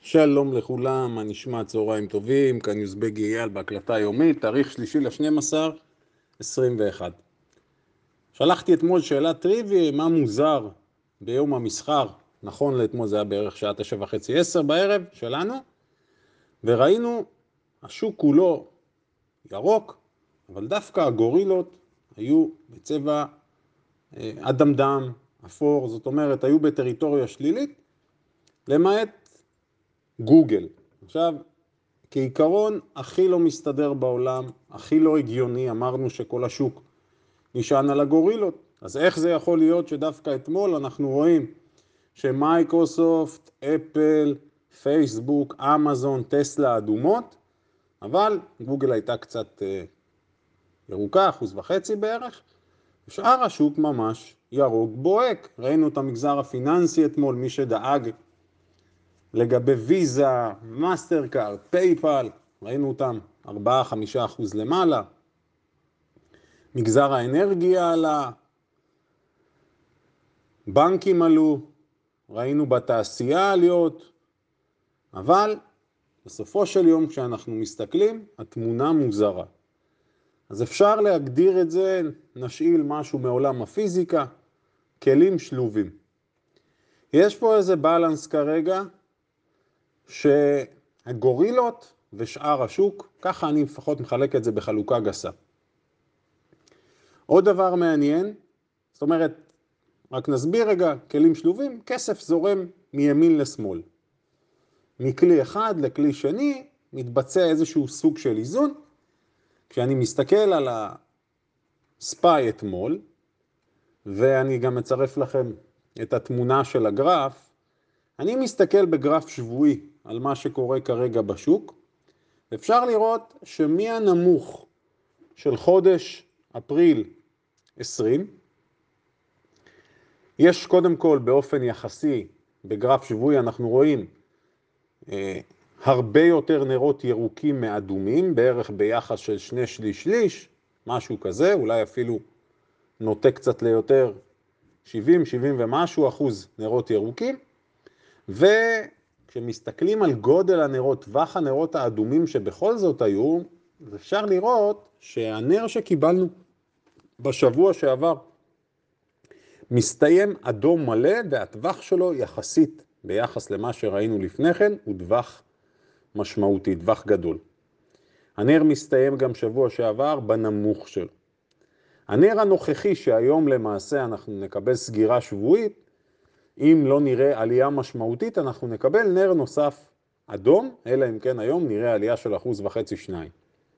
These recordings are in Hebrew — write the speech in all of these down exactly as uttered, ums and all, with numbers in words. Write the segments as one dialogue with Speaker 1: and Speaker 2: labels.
Speaker 1: שלום לכולם, מה נשמע? צהריים טובים, כאן יוזבג אייל בהקלטה יומית, תאריך שלישי ל-שנים עשר עשרים ואחת. שלחתי אתמול שאלת טריוויה, מה מוזר ביום המסחר, נכון לאתמול זה היה בערך שעה תשע וחצי עשר בערב שלנו, וראינו השוק כולו ירוק, אבל דווקא הגורילות היו בצבע אדמדם, אפור, זאת אומרת היו בטריטוריה שלילית, למעט גוגל. עכשיו, כעיקרון הכי לא מסתדר בעולם, הכי לא הגיוני, אמרנו שכל השוק נשען על הגורילות. אז איך זה יכול להיות שדווקא אתמול אנחנו רואים שמייקרוסופט, אפל, פייסבוק, אמזון, טסלה אדומות, אבל גוגל הייתה קצת אה, ירוקה, אחוז וחצי בערך, ושאר השוק ממש ירוק בוהק. ראינו את המגזר הפיננסי אתמול, מי שדאג לגבי ויזה, מאסטרקארד, פייפל, ראינו אותם ארבעה עד חמישה אחוז למעלה. מגזר האנרגיה עלה, בנקים עלו, ראינו בתעשייה עליות, אבל בסופו של יום כשאנחנו מסתכלים, התמונה מוזרה. אז אפשר להגדיר את זה, נשאיל משהו מעולם הפיזיקה, כלים שלובים. יש פה איזה בלנס כרגע, שהגורילות ושאר השוק, ככה אני לפחות מחלק את זה בחלוקה גסה. עוד דבר מעניין, זאת אומרת, רק נסביר רגע, כלים שלובים, כסף זורם מימין לשמאל. מכלי אחד לכלי שני, מתבצע איזשהו סוג של איזון. כשאני מסתכל על הספיי אתמול, ואני גם מצרף לכם את התמונה של הגרף, אני מסתכל בגרף שבועי על מה שקורה כרגע בשוק, אפשר לראות שמהנמוך של חודש אפריל עשרים, יש קודם כל באופן יחסי, בגרף שבועי אנחנו רואים אה, הרבה יותר נרות ירוקים מאדומים, בערך ביחס של שני שליש שליש, משהו כזה, אולי אפילו נוטה קצת ליותר שבעים, שבעים ומשהו אחוז נרות ירוקים, וכשמסתכלים על גודל הנרות, טווח הנרות האדומים שבכל זאת היו, אפשר לראות שהנר שקיבלנו בשבוע שעבר מסתיים אדום מלא, והטווח שלו יחסית ביחס למה שראינו לפני כן, הוא טווח משמעותי, טווח גדול. הנר מסתיים גם שבוע שעבר בנמוך שלו. הנר הנוכחי שהיום למעשה אנחנו נקבל סגירה שבועית, אם לא נראה עלייה משמעותית, אנחנו נקבל נר נוסף אדום, אלא אם כן היום נראה עלייה של אחוז וחצי שניים.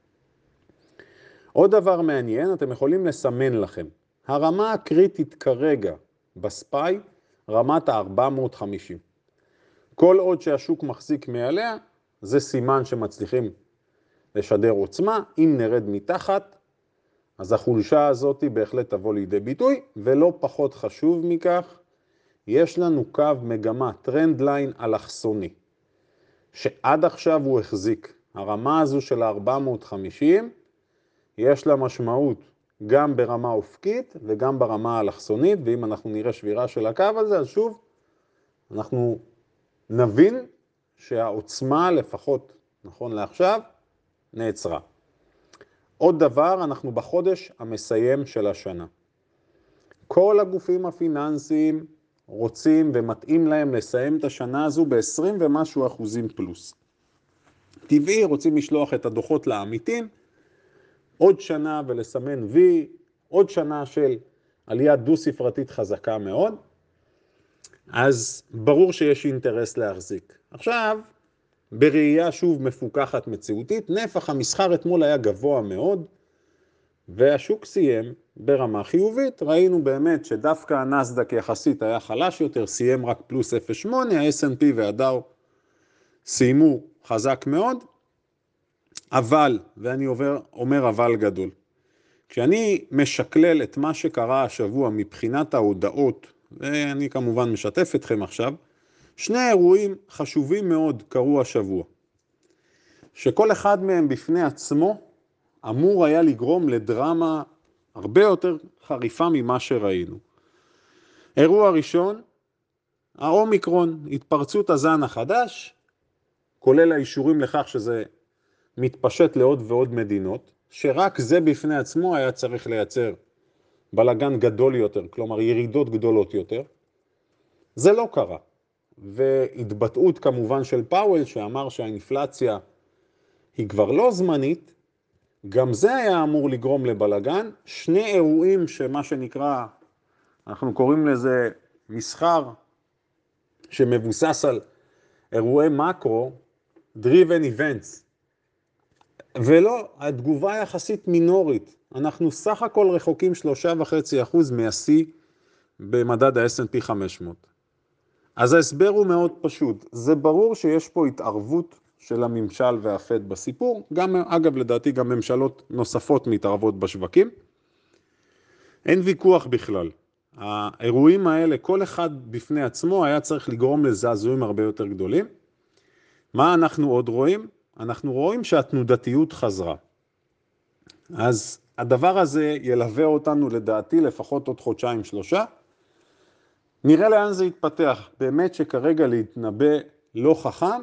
Speaker 1: עוד דבר מעניין, אתם יכולים לסמן לכם. הרמה הקריטית כרגע בספיי, רמת ה-ארבע מאות וחמישים. כל עוד שהשוק מחזיק מעליה, זה סימן שמצליחים לשדר עוצמה. אם נרד מתחת, אז החולשה הזאת בהחלט תבוא לידי ביטוי, ולא פחות חשוב מכך, יש לנו קו מגמה, טרנד ליין אלכסוני, שעד עכשיו הוא החזיק. הרמה הזו של ה-ארבע מאות וחמישים, יש לה משמעות גם ברמה אופקית וגם ברמה האלכסונית, ואם אנחנו נראה שבירה של הקו הזה, אז שוב, אנחנו נבין שהעוצמה לפחות, נכון לעכשיו, נעצרה. עוד דבר, אנחנו בחודש המסיים של השנה. כל הגופים הפיננסיים רוצים ומתאים להם לסיים את השנה הזו ב-עשרים ומשהו אחוזים פלוס. טבעי, רוצים לשלוח את הדוחות לעמיתים, עוד שנה ולסמן וי, עוד שנה של עלייה דו-ספרתית חזקה מאוד, אז ברור שיש אינטרס להחזיק. עכשיו, בראייה שוב מפוקחת מציאותית, נפח המסחר אתמול היה גבוה מאוד, והשוק סיים ברמה חיובית. ראינו באמת שדווקא הנסדק יחסית היה חלש יותר, סיים רק פלוס אפס נקודה שמונה, ה-אס אנד פי והדאו סיימו חזק מאוד, אבל, ואני עובר, אומר אבל גדול, כשאני משקלל את מה שקרה השבוע מבחינת ההודעות, ואני כמובן משתף אתכם עכשיו, שני אירועים חשובים מאוד קרו השבוע, שכל אחד מהם בפני עצמו אמור היה לגרום לדרמה הרבה יותר חריפה ממה שראינו. אירוע ראשון, האומיקרון, התפרצות הזן החדש, כולל האישורים לכך שזה מתפשט לעוד ועוד מדינות, שרק זה בפני עצמו היה צריך לייצר בלגן גדול יותר, כלומר ירידות גדולות יותר. זה לא קרה. והתבטאות כמובן של פאוול שאמר שהאינפלציה היא כבר לא זמנית, גם זה היה אמור לגרום לבלגן. שני אירועים שמה שנקרא, אנחנו קוראים לזה מסחר שמבוסס על אירועי מקרו, driven events. ולא, התגובה יחסית מינורית. אנחנו סך הכל רחוקים שלושה וחצי אחוז מהשיא במדד ה-אס אנד פי חמש מאות. אז ההסבר הוא מאוד פשוט. זה ברור שיש פה התערבות של הממשל והפד בסיפור. גם, אגב, לדעתי גם ממשלות נוספות מתערבות בשווקים. אין ויכוח בכלל. האירועים האלה, כל אחד בפני עצמו היה צריך לגרום לזעזועים הרבה יותר גדולים. מה אנחנו עוד רואים? אנחנו רואים שהתנודתיות חזרה. אז הדבר הזה ילווה אותנו לדעתי לפחות עוד חודשיים שלושה. נראה לאן זה יתפתח. באמת שכרגע להתנבא לא חכם,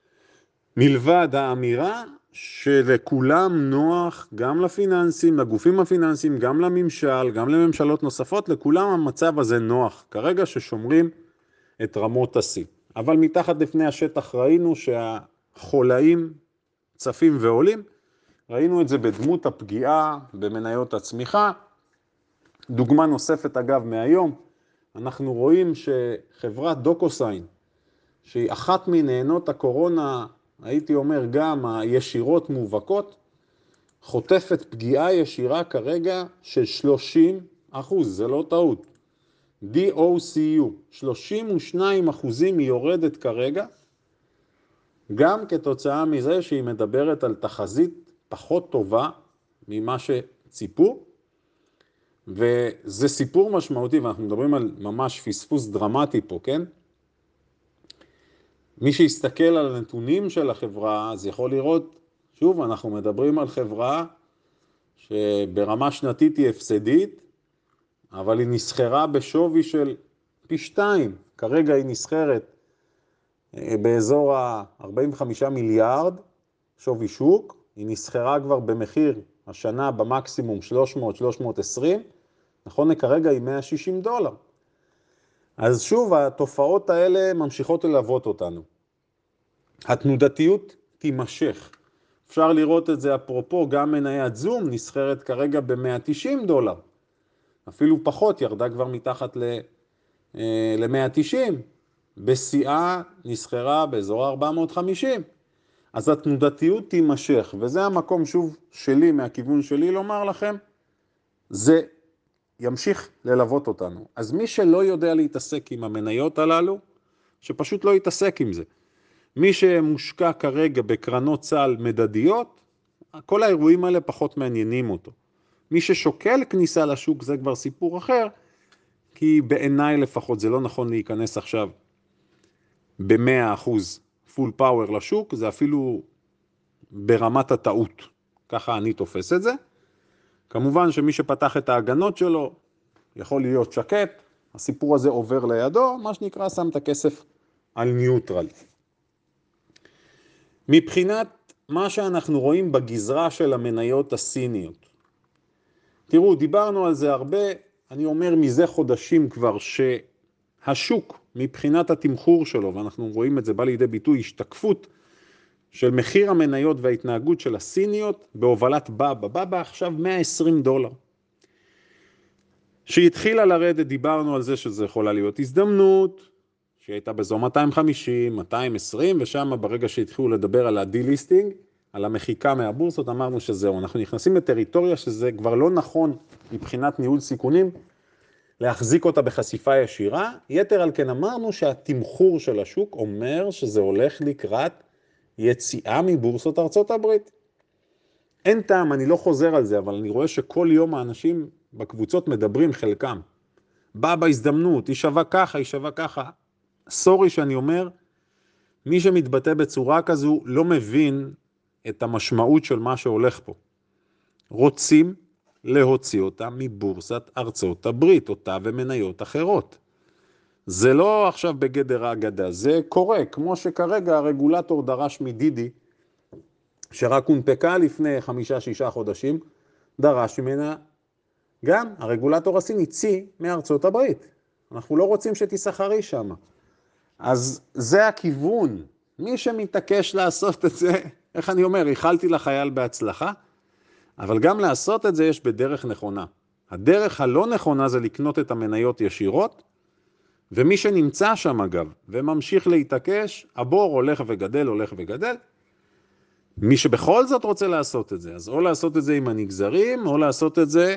Speaker 1: מלבד האמירה שלכולם נוח, גם לפיננסים, לגופים הפיננסיים, גם לממשל, גם לממשלות נוספות, לכולם המצב הזה נוח. כרגע ששומרים את רמות השיא. אבל מתחת לפני השטח ראינו שהחולאים צפים ועולים. ראינו את זה בדמות הפגיעה במניות הצמיחה. דוגמה נוספת אגב מהיום, אנחנו רואים שחברת דוקוסיין, שהיא אחת מנהנות הקורונה, הייתי אומר גם הישירות מובהקות, חוטפת פגיעה ישירה כרגע של שלושים אחוז, זה לא טעות. די או סי יו, שלושים ושניים אחוזים היא יורדת כרגע, גם כתוצאה מזה שהיא מדברת על תחזית פחות טובה ממה שציפו, וזה סיפור משמעותי, ואנחנו מדברים על ממש פספוס דרמטי פה, כן? מי שיסתכל על הנתונים של החברה, אז יכול לראות, שוב, אנחנו מדברים על חברה שברמה שנתית היא הפסדית, אבל היא נסחרה בשווי של פי שתיים. כרגע היא נסחרת באזור ה-ארבעים וחמישה מיליארד שווי שוק, היא נסחרה כבר במחיר השנה במקסימום שלוש מאות שלוש מאות ועשרים, נכון, כרגע היא מאה ושישים דולר. אז שוב, התופעות האלה ממשיכות ללוות אותנו. התנודתיות תימשך. אפשר לראות את זה אפרופו, גם מניית זום נסחרת כרגע ב-מאה ותשעים דולר. אפילו פחות, ירדה כבר מתחת ל-מאה ותשעים. בשיאה נסחרה באזור ארבע מאות וחמישים. אז התנודתיות תימשך, וזה המקום שוב שלי, מהכיוון שלי לומר לכם, זה ימשיך ללוות אותנו. אז מי שלא יודע להתעסק עם המניות הללו, שפשוט לא יתעסק עם זה. מי שמושקע כרגע בקרנות צה"ל מדדיות, כל האירועים האלה פחות מעניינים אותו. מי ששוקל כניסה לשוק זה כבר סיפור אחר, כי בעיניי לפחות זה לא נכון להיכנס עכשיו ב-מאה אחוז פול פאוור לשוק, זה אפילו ברמת הטעות. ככה אני תופס את זה. כמובן שמי שפתח את ההגנות שלו יכול להיות שקט, הסיפור הזה עובר לידו, מה שנקרא שם את הכסף על ניוטרל. מבחינת מה שאנחנו רואים בגזרה של המניות הסיניות. תראו, דיברנו על זה הרבה, אני אומר מזה חודשים כבר שהשוק מבחינת התמחור שלו, ואנחנו רואים את זה בא לידי ביטוי השתקפות של מחיר המניות וההתנהגות של הסיניות בהובלת בבא, בבא עכשיו מאה ועשרים דולר. שהתחילה לרדת, דיברנו על זה שזה יכולה להיות הזדמנות, שהייתה באזור מאתיים וחמישים, מאתיים ועשרים, ושם ברגע שהתחילו לדבר על הדי-ליסטינג, על המחיקה מהבורסות, אמרנו שזהו, אנחנו נכנסים לטריטוריה שזה כבר לא נכון מבחינת ניהול סיכונים, להחזיק אותה בחשיפה ישירה. יתר על כן אמרנו שהתמחור של השוק אומר שזה הולך לקראת יציאה מבורסות ארצות הברית. אין טעם, אני לא חוזר על זה, אבל אני רואה שכל יום האנשים בקבוצות מדברים חלקם. בא בהזדמנות, היא שווה ככה, היא שווה ככה. סורי שאני אומר, מי שמתבטא בצורה כזו לא מבין את המשמעות של מה שהולך פה. רוצים להוציא אותה מבורסת ארצות הברית, אותה ומניות אחרות. זה לא עכשיו בגדר אגדה, זה קורה, כמו שכרגע הרגולטור דרש מדידי, שרק הונפקה לפני חמישה-שישה חודשים, דרש ממנה גם הרגולטור הסיני צי מארצות הברית. אנחנו לא רוצים שתסחרי שם. אז זה הכיוון. מי שמתעקש לעשות את זה, איך אני אומר, איחלתי לחייל בהצלחה, אבל גם לעשות את זה יש בדרך נכונה. הדרך הלא נכונה זה לקנות את המניות ישירות, ומי שנמצא שם אגב, וממשיך להתעקש, הבור הולך וגדל, הולך וגדל. מי שבכל זאת רוצה לעשות את זה, אז או לעשות את זה עם הנגזרים, או לעשות את זה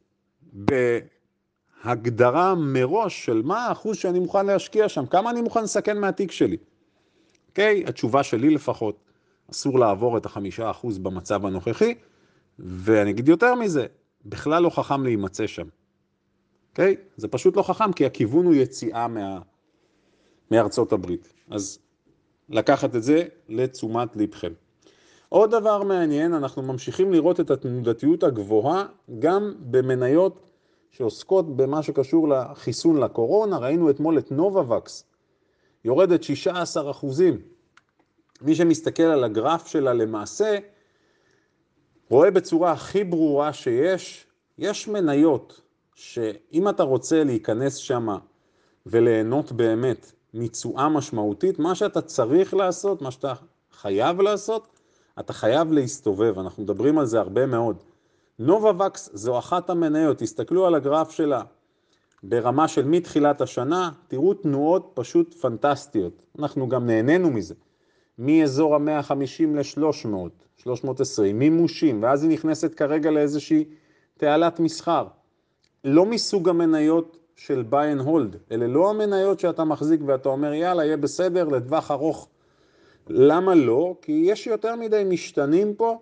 Speaker 1: בהגדרה מראש של מה האחוז שאני מוכן להשקיע שם, כמה אני מוכן לסכן מהתיק שלי. אוקיי? התשובה שלי לפחות, אסור לעבור את החמישה אחוז במצב הנוכחי, ואני אגיד יותר מזה, בכלל לא חכם להימצא שם. אוקיי? זה פשוט לא חכם, כי הכיוון הוא יציאה מה... מארצות הברית. אז לקחת את זה לתשומת לבכם. עוד דבר מעניין, אנחנו ממשיכים לראות את התנודתיות הגבוהה, גם במניות שעוסקות במה שקשור לחיסון לקורונה. ראינו אתמול את נובווקס, יורדת שישה עשר אחוזים. מי שמסתכל על הגרף שלה למעשה, רואה בצורה הכי ברורה שיש, יש מניות שאם אתה רוצה להיכנס שמה וליהנות באמת מתשואה משמעותית, מה שאתה צריך לעשות, מה שאתה חייב לעשות, אתה חייב להסתובב, אנחנו מדברים על זה הרבה מאוד. נובווקס זו אחת המניות, תסתכלו על הגרף שלה ברמה של מתחילת השנה, תראו תנועות פשוט פנטסטיות, אנחנו גם נהנינו מזה. מאזור ה-מאה וחמישים ל-שלוש מאות, שלוש מאות ועשרים, מימושים, ואז היא נכנסת כרגע לאיזושהי תעלת מסחר. לא מסוג המניות של buy and hold, אלה לא המניות שאתה מחזיק ואתה אומר יאללה יהיה בסדר לטווח ארוך. למה לא? כי יש יותר מדי משתנים פה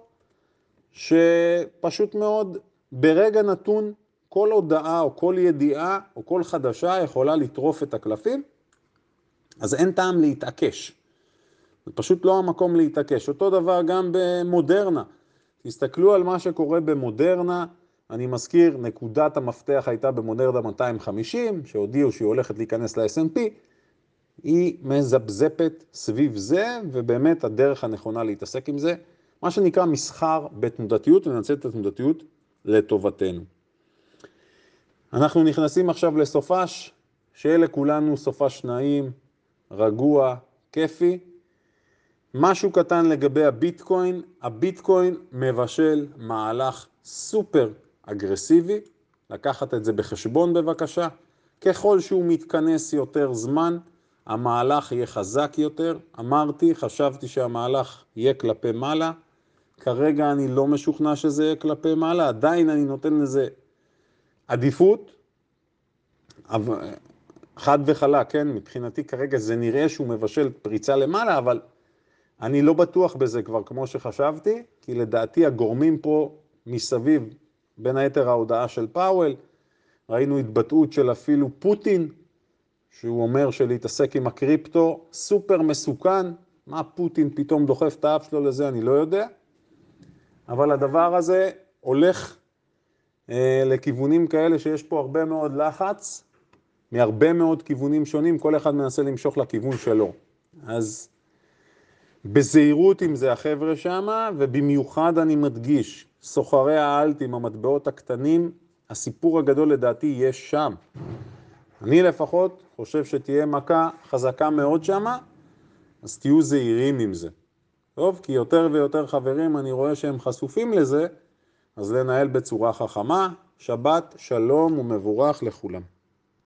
Speaker 1: שפשוט מאוד ברגע נתון כל הודעה או כל ידיעה או כל חדשה יכולה לטרוף את הקלפים, אז אין טעם להתעקש. זה פשוט לא המקום להתעקש. אותו דבר גם במודרנה. תסתכלו על מה שקורה במודרנה. אני מזכיר, נקודת המפתח הייתה במודרנה מאתיים וחמישים, שהודיעו שהיא הולכת להיכנס ל-אס אנד פי. היא מזבזפת סביב זה, ובאמת הדרך הנכונה להתעסק עם זה. מה שנקרא מסחר בתנודתיות, וננצל את התנודתיות לטובתנו. אנחנו נכנסים עכשיו לסופש, שיהיה לכולנו סופש נעים, רגוע, כיפי. משהו קטן לגבי הביטקוין, הביטקוין מבשל מהלך סופר אגרסיבי, לקחת את זה בחשבון בבקשה, ככל שהוא מתכנס יותר זמן, המהלך יהיה חזק יותר, אמרתי, חשבתי שהמהלך יהיה כלפי מעלה, כרגע אני לא משוכנע שזה יהיה כלפי מעלה, עדיין אני נותן לזה עדיפות, חד וחלק, כן, מבחינתי כרגע זה נראה שהוא מבשל פריצה למעלה, אבל אני לא בטוח בזה כבר כמו שחשבתי, כי לדעתי הגורמים פה מסביב, בין היתר ההודעה של פאוול, ראינו התבטאות של אפילו פוטין, שהוא אומר שלהתעסק עם הקריפטו סופר מסוכן, מה פוטין פתאום דוחף את האף שלו לזה אני לא יודע, אבל הדבר הזה הולך אה, לכיוונים כאלה שיש פה הרבה מאוד לחץ, מהרבה מאוד כיוונים שונים, כל אחד מנסה למשוך לכיוון שלו. אז בזהירות עם זה החבר'ה שמה, ובמיוחד אני מדגיש, סוחרי האלטים, המטבעות הקטנים, הסיפור הגדול לדעתי יש שם. אני לפחות חושב שתהיה מכה חזקה מאוד שמה, אז תהיו זהירים עם זה. טוב, כי יותר ויותר חברים אני רואה שהם חשופים לזה, אז לנהל בצורה חכמה, שבת, שלום ומבורך לכולם.